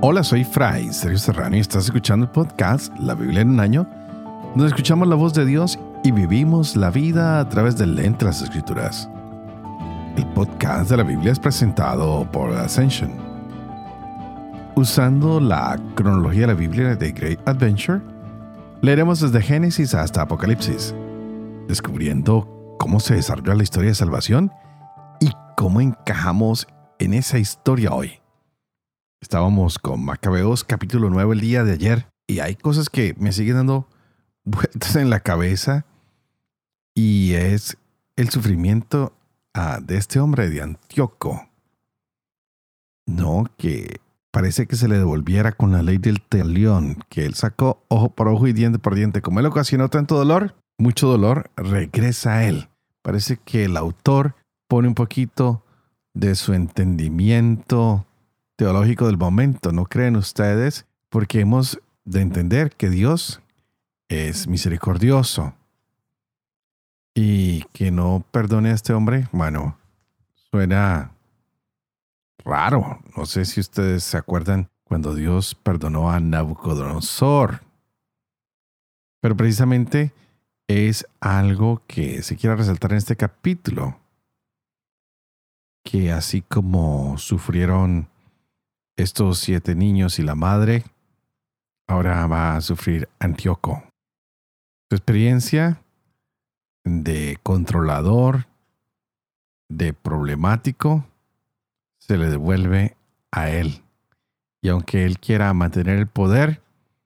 Hola, soy Fray Sergio Serrano y estás escuchando el podcast La Biblia en un año, donde escuchamos la voz de Dios y vivimos la vida a través del lente de las Escrituras. El podcast de la Biblia es presentado por Ascension. Usando la cronología de la Biblia de Great Adventure, leeremos desde Génesis hasta Apocalipsis, descubriendo cómo se desarrolla la historia de salvación y cómo encajamos en esa historia hoy. Estábamos con Macabeos capítulo 9 el día de ayer y hay cosas que me siguen dando vueltas en la cabeza y es el sufrimiento de este hombre de Antíoco. No, que parece que se le devolviera con la ley del talión, que él sacó ojo por ojo y diente por diente. Como él ocasionó tanto dolor, mucho dolor, regresa a él. Parece que el autor pone un poquito de su entendimiento teológico del momento, ¿no creen ustedes? Porque hemos de entender que Dios es misericordioso y que no perdone a este hombre, bueno, suena raro. No sé si ustedes se acuerdan cuando Dios perdonó a Nabucodonosor, pero precisamente es algo que se quiere resaltar en este capítulo, que así como sufrieron estos 7 niños y la madre, ahora va a sufrir Antíoco. Su experiencia de controlador, de problemático, se le devuelve a él. Y aunque él quiera mantener el poder,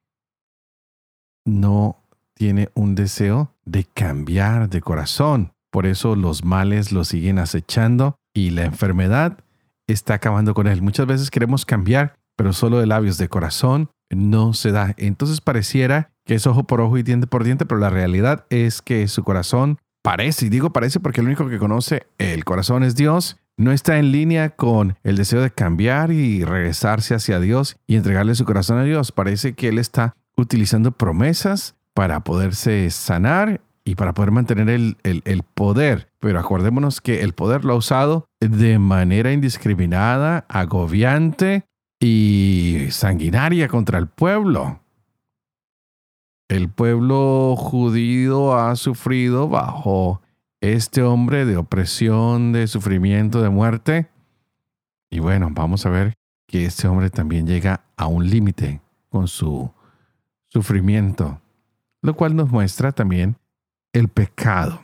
no tiene un deseo de cambiar de corazón. Por eso los males lo siguen acechando y la enfermedad está acabando con él. Muchas veces queremos cambiar, pero solo de labios, de corazón, no se da. Entonces pareciera que es ojo por ojo y diente por diente, pero la realidad es que su corazón parece, y digo parece porque el único que conoce el corazón es Dios, no está en línea con el deseo de cambiar y regresarse hacia Dios y entregarle su corazón a Dios. Parece que él está utilizando promesas para poderse sanar y para poder mantener el poder. Pero acordémonos que el poder lo ha usado de manera indiscriminada, agobiante y sanguinaria contra el pueblo. El pueblo judío ha sufrido bajo este hombre de opresión, de sufrimiento, de muerte. Y bueno, vamos a ver que este hombre también llega a un límite con su sufrimiento, lo cual nos muestra también el pecado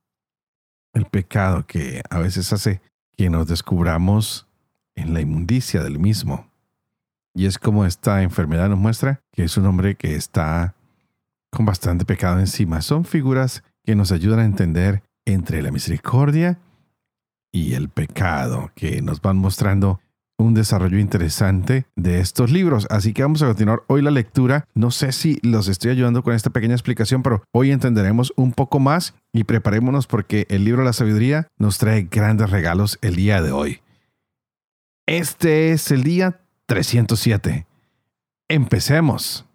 que a veces hace que nos descubramos en la inmundicia del mismo. Y es como esta enfermedad nos muestra que es un hombre que está con bastante pecado encima. Son figuras que nos ayudan a entender entre la misericordia y el pecado, que nos van mostrando un desarrollo interesante de estos libros. Así que vamos a continuar hoy la lectura. No sé si los estoy ayudando con esta pequeña explicación, pero hoy entenderemos un poco más y preparémonos porque el libro de la sabiduría nos trae grandes regalos el día de hoy. Este es el día 307. Empecemos.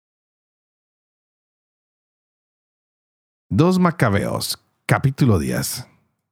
2 Macabeos, capítulo 10.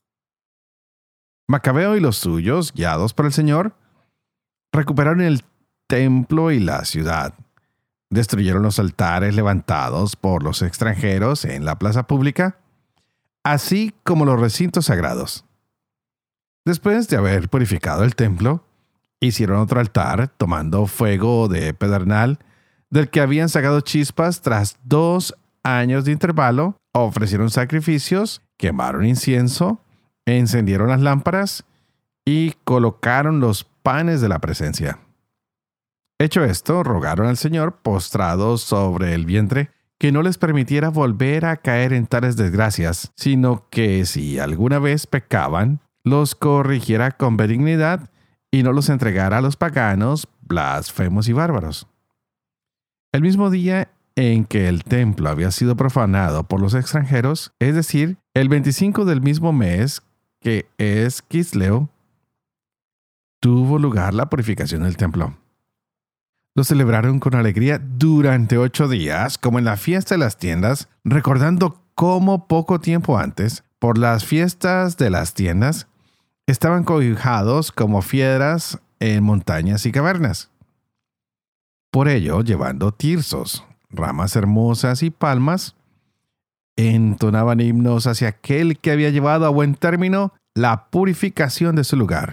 Macabeo y los suyos, guiados por el Señor, recuperaron el templo y la ciudad. Destruyeron los altares levantados por los extranjeros en la plaza pública, así como los recintos sagrados. Después de haber purificado el templo, hicieron otro altar tomando fuego de pedernal del que habían sacado chispas tras 2 años de intervalo. Ofrecieron sacrificios, quemaron incienso, encendieron las lámparas y colocaron los panes de la presencia. Hecho esto, rogaron al Señor, postrados sobre el vientre, que no les permitiera volver a caer en tales desgracias, sino que si alguna vez pecaban, los corrigiera con benignidad y no los entregara a los paganos, blasfemos y bárbaros. El mismo día en que el templo había sido profanado por los extranjeros, es decir, el 25 del mismo mes, que es Quisleo, tuvo lugar la purificación del templo. Lo celebraron con alegría durante 8 días, como en la fiesta de las tiendas, recordando cómo poco tiempo antes, por las fiestas de las tiendas, estaban cobijados como fieras en montañas y cavernas. Por ello, llevando tirsos, ramas hermosas y palmas, entonaban himnos hacia aquel que había llevado a buen término la purificación de su lugar.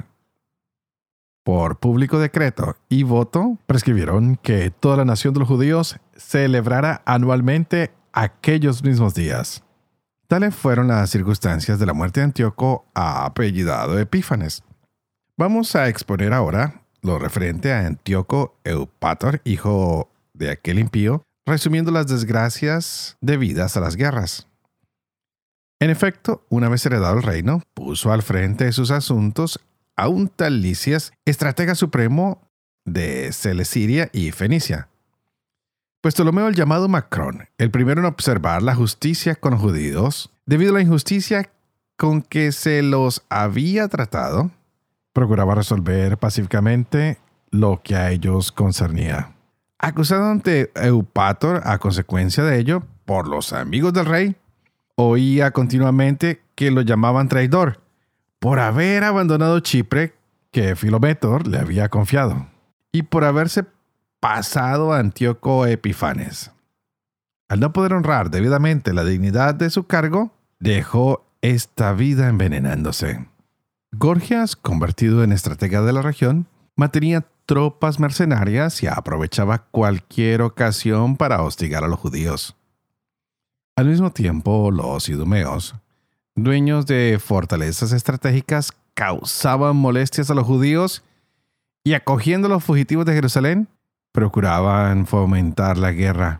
Por público decreto y voto, prescribieron que toda la nación de los judíos celebrara anualmente aquellos mismos días. Tales fueron las circunstancias de la muerte de Antíoco, apellidado Epífanes. Vamos a exponer ahora lo referente a Antíoco Eupator, hijo de aquel impío, resumiendo las desgracias debidas a las guerras. En efecto, una vez heredado el reino, puso al frente de sus asuntos a un tal Lisias, estratega supremo de Celesiria y Fenicia. Pues Ptolomeo, el llamado Macrón, el primero en observar la justicia con los judíos, debido a la injusticia con que se los había tratado, procuraba resolver pacíficamente lo que a ellos concernía. Acusado ante Eupator a consecuencia de ello por los amigos del rey, oía continuamente que lo llamaban traidor por haber abandonado Chipre que Filométor le había confiado y por haberse pasado a Antíoco Epifanes. Al no poder honrar debidamente la dignidad de su cargo, dejó esta vida envenenándose. Gorgias, convertido en estratega de la región, mantenía tropas mercenarias y aprovechaba cualquier ocasión para hostigar a los judíos. Al mismo tiempo, los idumeos, dueños de fortalezas estratégicas, causaban molestias a los judíos y, acogiendo a los fugitivos de Jerusalén, procuraban fomentar la guerra.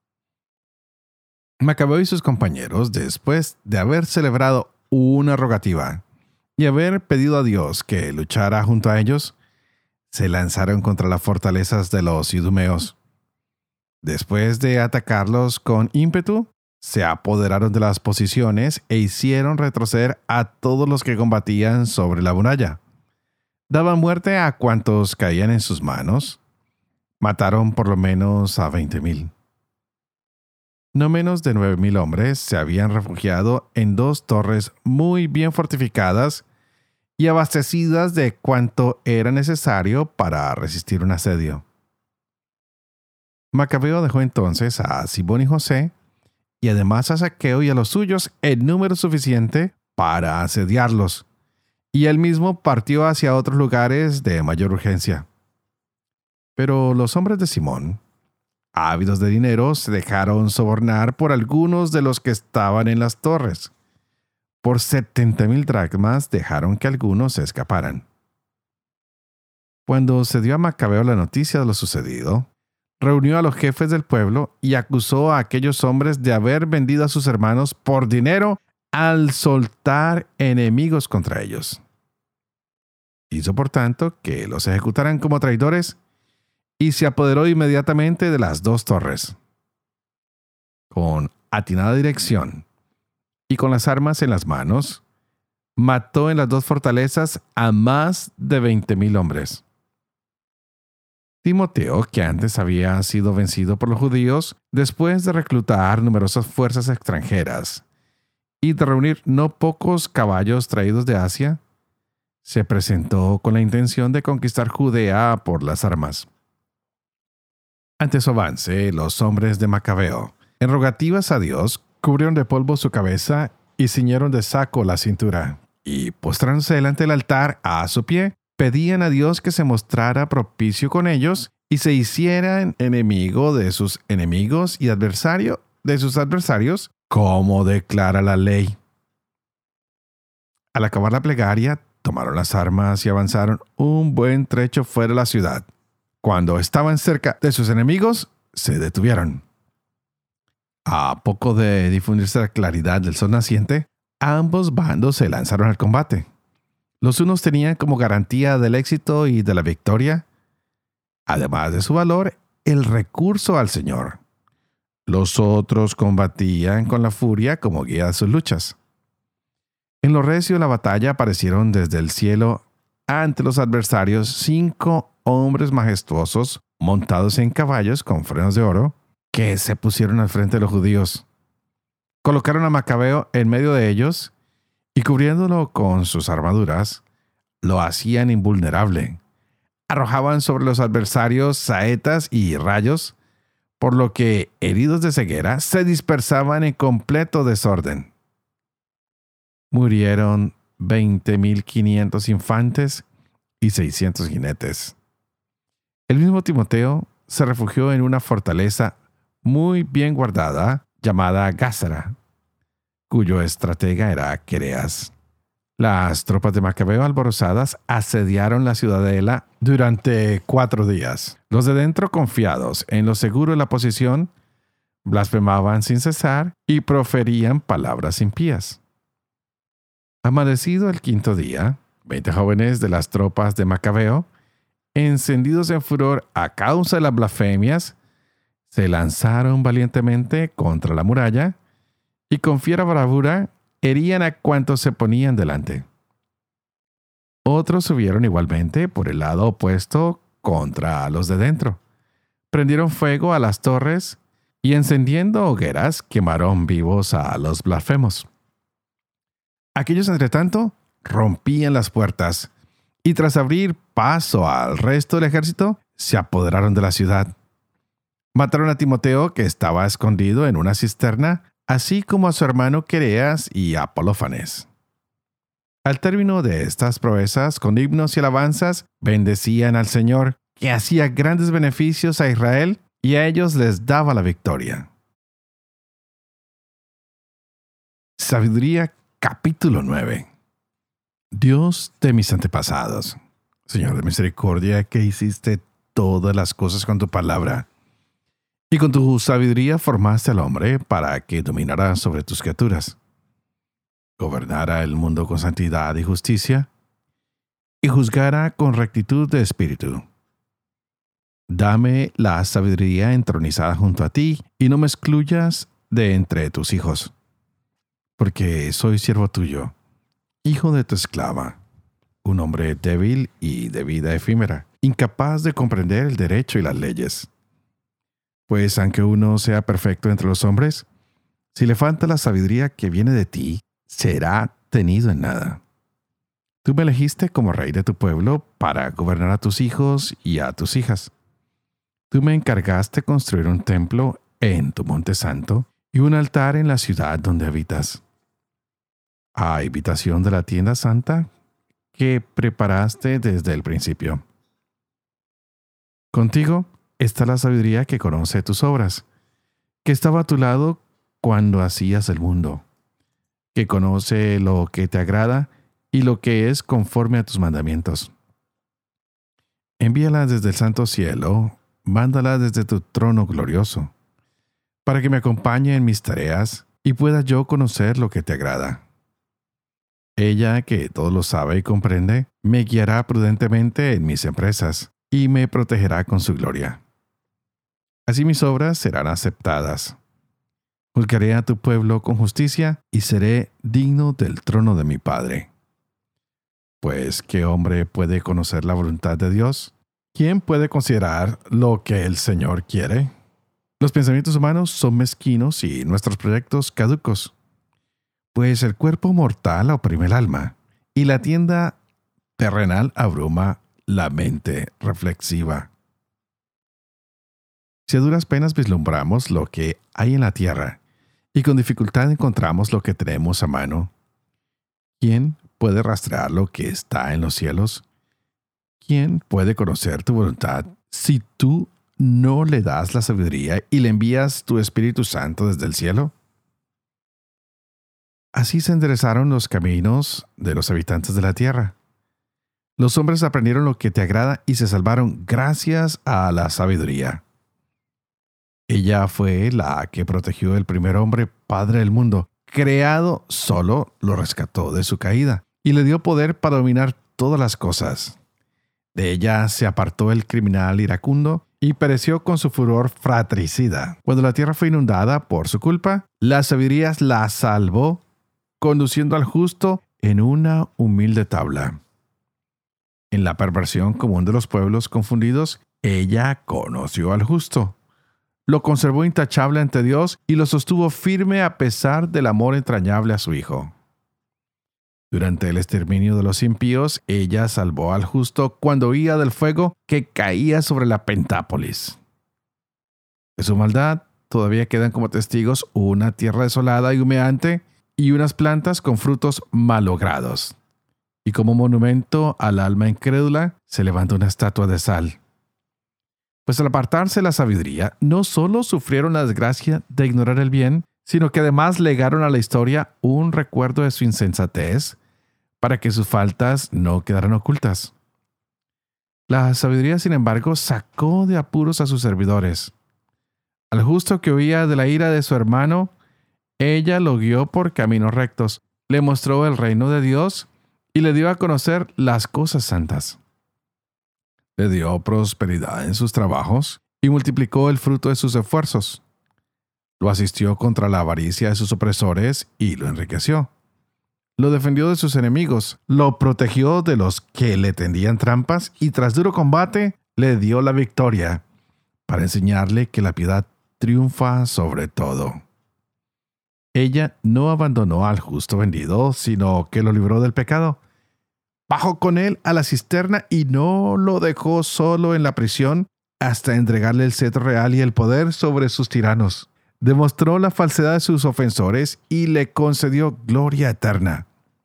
Macabeo y sus compañeros, después de haber celebrado una rogativa y haber pedido a Dios que luchara junto a ellos, se lanzaron contra las fortalezas de los idumeos. Después de atacarlos con ímpetu, se apoderaron de las posiciones e hicieron retroceder a todos los que combatían sobre la muralla. Daban muerte a cuantos caían en sus manos. Mataron por lo menos a 20,000. No menos de 9,000 hombres se habían refugiado en 2 torres muy bien fortificadas y abastecidas de cuanto era necesario para resistir un asedio. Macabeo dejó entonces a Simón y José, y además a Zaqueo y a los suyos en número suficiente para asediarlos, y él mismo partió hacia otros lugares de mayor urgencia. Pero los hombres de Simón, ávidos de dinero, se dejaron sobornar por algunos de los que estaban en las torres. Por 70,000 dracmas dejaron que algunos se escaparan. Cuando se dio a Macabeo la noticia de lo sucedido, reunió a los jefes del pueblo y acusó a aquellos hombres de haber vendido a sus hermanos por dinero al soltar enemigos contra ellos. Hizo por tanto que los ejecutaran como traidores y se apoderó inmediatamente de las 2 torres. Con atinada dirección y con las armas en las manos, mató en las 2 fortalezas a más de 20,000 hombres. Timoteo, que antes había sido vencido por los judíos, después de reclutar numerosas fuerzas extranjeras y de reunir no pocos caballos traídos de Asia, se presentó con la intención de conquistar Judea por las armas. Ante su avance, los hombres de Macabeo, en rogativas a Dios, cubrieron de polvo su cabeza y ciñeron de saco la cintura, y postrándose delante del altar a su pie, pedían a Dios que se mostrara propicio con ellos y se hicieran enemigo de sus enemigos y adversario de sus adversarios, como declara la ley. Al acabar la plegaria, tomaron las armas y avanzaron un buen trecho fuera de la ciudad. Cuando estaban cerca de sus enemigos, se detuvieron. A poco de difundirse la claridad del sol naciente, ambos bandos se lanzaron al combate. Los unos tenían como garantía del éxito y de la victoria, además de su valor, el recurso al Señor. Los otros combatían con la furia como guía de sus luchas. En lo recio de la batalla aparecieron desde el cielo ante los adversarios 5 hombres majestuosos montados en caballos con frenos de oro que se pusieron al frente de los judíos. Colocaron a Macabeo en medio de ellos y cubriéndolo con sus armaduras, lo hacían invulnerable, arrojaban sobre los adversarios saetas y rayos, por lo que, heridos de ceguera, se dispersaban en completo desorden. Murieron 20.500 infantes y 600 jinetes. El mismo Timoteo se refugió en una fortaleza muy bien guardada llamada Gázara, cuyo estratega era Quereas. Las tropas de Macabeo alborozadas asediaron la ciudadela durante 4 días. Los de dentro, confiados en lo seguro de la posición, blasfemaban sin cesar y proferían palabras impías. Amanecido el 5º día, 20 jóvenes de las tropas de Macabeo, encendidos en furor a causa de las blasfemias, se lanzaron valientemente contra la muralla y con fiera bravura herían a cuantos se ponían delante. Otros subieron igualmente por el lado opuesto contra los de dentro. Prendieron fuego a las torres y encendiendo hogueras quemaron vivos a los blasfemos. Aquellos, entre tanto, rompían las puertas y tras abrir paso al resto del ejército, se apoderaron de la ciudad. Mataron a Timoteo, que estaba escondido en una cisterna, así como a su hermano Quereas y a Apolófanes. Al término de estas proezas, con himnos y alabanzas, bendecían al Señor, que hacía grandes beneficios a Israel y a ellos les daba la victoria. Sabiduría, capítulo 9. Dios de mis antepasados, Señor de misericordia, que hiciste todas las cosas con tu palabra, y con tu sabiduría formaste al hombre para que dominara sobre tus criaturas, gobernara el mundo con santidad y justicia, y juzgara con rectitud de espíritu. Dame la sabiduría entronizada junto a ti, y no me excluyas de entre tus hijos, porque soy siervo tuyo, hijo de tu esclava, un hombre débil y de vida efímera, incapaz de comprender el derecho y las leyes. Pues aunque uno sea perfecto entre los hombres, si le falta la sabiduría que viene de ti, será tenido en nada. Tú me elegiste como rey de tu pueblo para gobernar a tus hijos y a tus hijas. Tú me encargaste construir un templo en tu monte santo y un altar en la ciudad donde habitas, a habitación de la tienda santa que preparaste desde el principio. Contigo está la sabiduría que conoce tus obras, que estaba a tu lado cuando hacías el mundo, que conoce lo que te agrada y lo que es conforme a tus mandamientos. Envíala desde el santo cielo, mándala desde tu trono glorioso, para que me acompañe en mis tareas y pueda yo conocer lo que te agrada. Ella, que todo lo sabe y comprende, me guiará prudentemente en mis empresas y me protegerá con su gloria. Así mis obras serán aceptadas. Juzgaré a tu pueblo con justicia y seré digno del trono de mi Padre. Pues, ¿qué hombre puede conocer la voluntad de Dios? ¿Quién puede considerar lo que el Señor quiere? Los pensamientos humanos son mezquinos y nuestros proyectos caducos. Pues el cuerpo mortal oprime el alma, y la tienda terrenal abruma la mente reflexiva. Si a duras penas vislumbramos lo que hay en la tierra, y con dificultad encontramos lo que tenemos a mano, ¿quién puede rastrear lo que está en los cielos? ¿Quién puede conocer tu voluntad si tú no le das la sabiduría y le envías tu Espíritu Santo desde el cielo? Así se enderezaron los caminos de los habitantes de la tierra. Los hombres aprendieron lo que te agrada y se salvaron gracias a la sabiduría. Ella fue la que protegió el primer hombre, padre del mundo. Creado solo, lo rescató de su caída y le dio poder para dominar todas las cosas. De ella se apartó el criminal iracundo y pereció con su furor fratricida. Cuando la tierra fue inundada por su culpa, la sabiduría la salvó, conduciendo al justo en una humilde tabla. En la perversión común de los pueblos confundidos, ella conoció al justo. Lo conservó intachable ante Dios y lo sostuvo firme a pesar del amor entrañable a su Hijo. Durante el exterminio de los impíos, ella salvó al justo cuando huía del fuego que caía sobre la Pentápolis. De su maldad todavía quedan como testigos una tierra desolada y humeante y unas plantas con frutos malogrados. Y como monumento al alma incrédula se levanta una estatua de sal. Pues al apartarse la sabiduría, no solo sufrieron la desgracia de ignorar el bien, sino que además legaron a la historia un recuerdo de su insensatez para que sus faltas no quedaran ocultas. La sabiduría, sin embargo, sacó de apuros a sus servidores. Al justo que huía de la ira de su hermano, ella lo guió por caminos rectos, le mostró el reino de Dios y le dio a conocer las cosas santas. Le dio prosperidad en sus trabajos y multiplicó el fruto de sus esfuerzos. Lo asistió contra la avaricia de sus opresores y lo enriqueció. Lo defendió de sus enemigos, lo protegió de los que le tendían trampas y tras duro combate le dio la victoria para enseñarle que la piedad triunfa sobre todo. Ella no abandonó al justo vendido, sino que lo libró del pecado. Bajó con él a la cisterna y no lo dejó solo en la prisión hasta entregarle el cetro real y el poder sobre sus tiranos. Demostró la falsedad de sus ofensores y le concedió gloria eterna.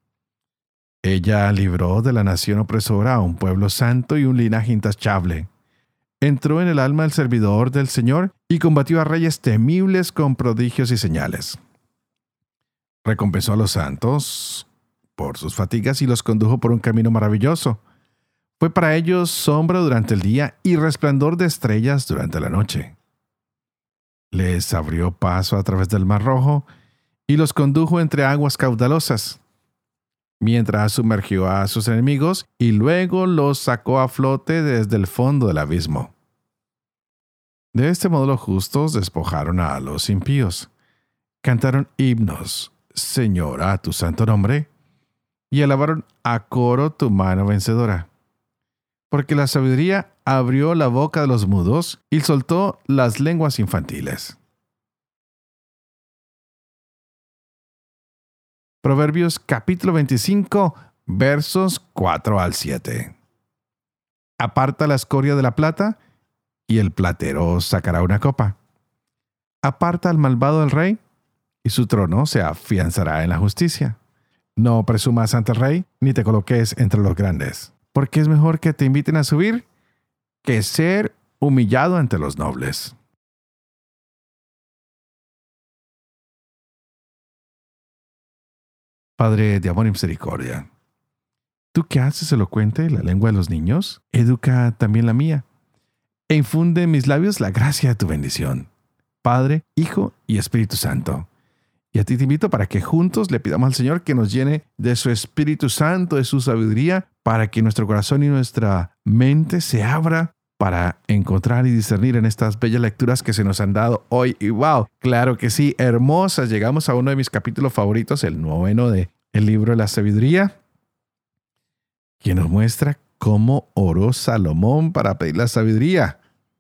Ella libró de la nación opresora a un pueblo santo y un linaje intachable. Entró en el alma del servidor del Señor y combatió a reyes temibles con prodigios y señales. Recompensó a los santos por sus fatigas y los condujo por un camino maravilloso. Fue para ellos sombra durante el día y resplandor de estrellas durante la noche. Les abrió paso a través del Mar Rojo y los condujo entre aguas caudalosas, mientras sumergió a sus enemigos y luego los sacó a flote desde el fondo del abismo. De este modo los justos despojaron a los impíos. Cantaron himnos, Señor, a tu santo nombre, y alabaron a coro tu mano vencedora. Porque la sabiduría abrió la boca de los mudos y soltó las lenguas infantiles. Proverbios capítulo 25, versos 4 al 7. Aparta la escoria de la plata, y el platero sacará una copa. Aparta al malvado del rey, y su trono se afianzará en la justicia. No presumas ante el rey, ni te coloques entre los grandes, porque es mejor que te inviten a subir que ser humillado ante los nobles. Padre de amor y misericordia, tú que haces elocuente la lengua de los niños, educa también la mía, e infunde en mis labios la gracia de tu bendición. Padre, Hijo y Espíritu Santo. Y a ti te invito para que juntos le pidamos al Señor que nos llene de su Espíritu Santo, de su sabiduría, para que nuestro corazón y nuestra mente se abra para encontrar y discernir en estas bellas lecturas que se nos han dado hoy. Y wow, claro que sí, hermosas. Llegamos a uno de mis capítulos favoritos, el 9 de el libro de la sabiduría, que nos muestra cómo oró Salomón para pedir la sabiduría.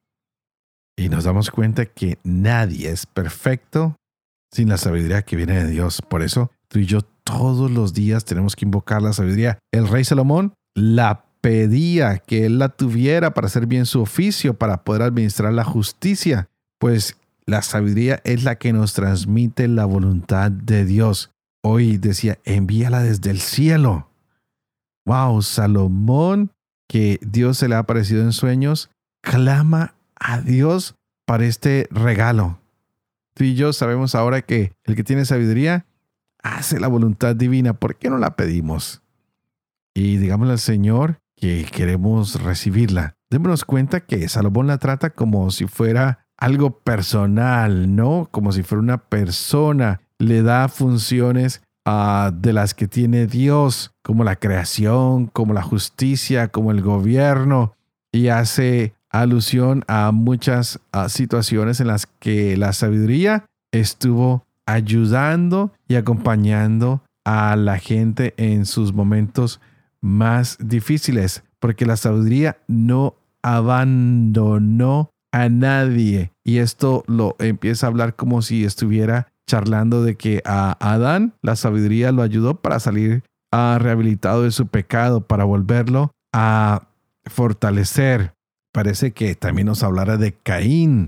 Y nos damos cuenta que nadie es perfecto sin la sabiduría que viene de Dios. Por eso tú y yo todos los días tenemos que invocar la sabiduría. El rey Salomón la pedía que él la tuviera para hacer bien su oficio, para poder administrar la justicia. Pues la sabiduría es la que nos transmite la voluntad de Dios. Hoy decía, envíala desde el cielo. Wow, Salomón, que Dios se le ha aparecido en sueños, clama a Dios para este regalo. Tú y yo sabemos ahora que el que tiene sabiduría hace la voluntad divina. ¿Por qué no la pedimos? Y digámosle al Señor que queremos recibirla. Démonos cuenta que Salomón la trata como si fuera algo personal, ¿no? Como si fuera una persona. Le da funciones de las que tiene Dios, como la creación, como la justicia, como el gobierno, y hace alusión a muchas situaciones en las que la sabiduría estuvo ayudando y acompañando a la gente en sus momentos más difíciles, porque la sabiduría no abandonó a nadie. Y esto lo empieza a hablar como si estuviera charlando de que a Adán la sabiduría lo ayudó para salir ha rehabilitado de su pecado para volverlo a fortalecer. Parece que también nos hablará de Caín,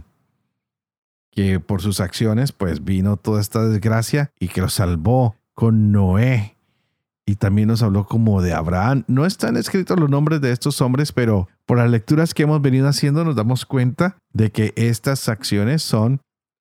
que por sus acciones pues vino toda esta desgracia y que lo salvó, con Noé. Y también nos habló como de Abraham. No están escritos los nombres de estos hombres, pero por las lecturas que hemos venido haciendo nos damos cuenta de que estas acciones son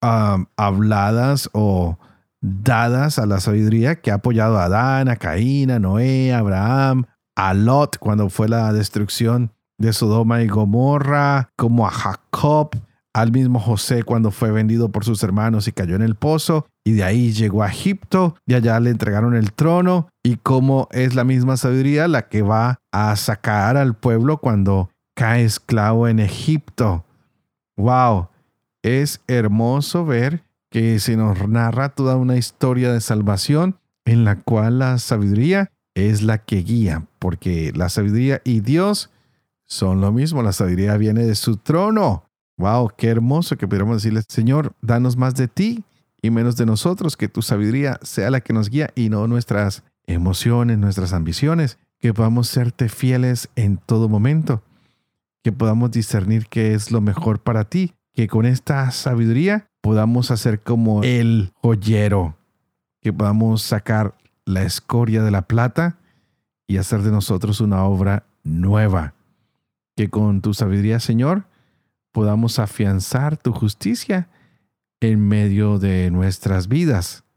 habladas o dadas a la sabiduría que ha apoyado a Adán, a Caín, a Noé, a Abraham, a Lot cuando fue la destrucción de Sodoma y Gomorra, como a Jacob, al mismo José cuando fue vendido por sus hermanos y cayó en el pozo, y de ahí llegó a Egipto, y allá le entregaron el trono, y cómo es la misma sabiduría la que va a sacar al pueblo cuando cae esclavo en Egipto. ¡Wow! Es hermoso ver que se nos narra toda una historia de salvación en la cual la sabiduría es la que guía, porque la sabiduría y Dios son lo mismo. La sabiduría viene de su trono. ¡Wow! ¡Qué hermoso que pudiéramos decirle, Señor, danos más de ti y menos de nosotros! Que tu sabiduría sea la que nos guía y no nuestras emociones, nuestras ambiciones. Que podamos serte fieles en todo momento. Que podamos discernir qué es lo mejor para ti. Que con esta sabiduría podamos hacer como el joyero. Que podamos sacar la escoria de la plata y hacer de nosotros una obra nueva. Que con tu sabiduría, Señor, podamos afianzar tu justicia en medio de nuestras vidas.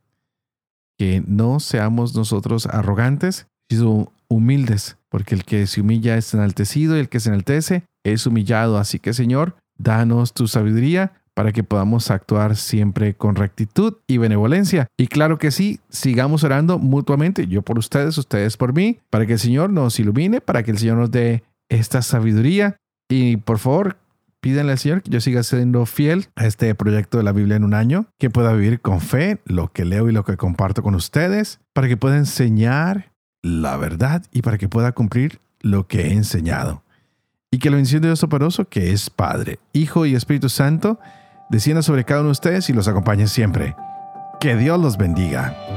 Que no seamos nosotros arrogantes, sino humildes, porque el que se humilla es enaltecido y el que se enaltece es humillado. Así que, Señor, danos tu sabiduría para que podamos actuar siempre con rectitud y benevolencia. Y claro que sí, sigamos orando mutuamente, yo por ustedes, ustedes por mí, para que el Señor nos ilumine, para que el Señor nos dé esta sabiduría. Y por favor, pídanle al Señor que yo siga siendo fiel a este proyecto de la Biblia en un año, que pueda vivir con fe lo que leo y lo que comparto con ustedes, para que pueda enseñar la verdad y para que pueda cumplir lo que he enseñado. Y que la bendición de Dios Todopoderoso, que es Padre, Hijo y Espíritu Santo, descienda sobre cada uno de ustedes y los acompañe siempre. Que Dios los bendiga.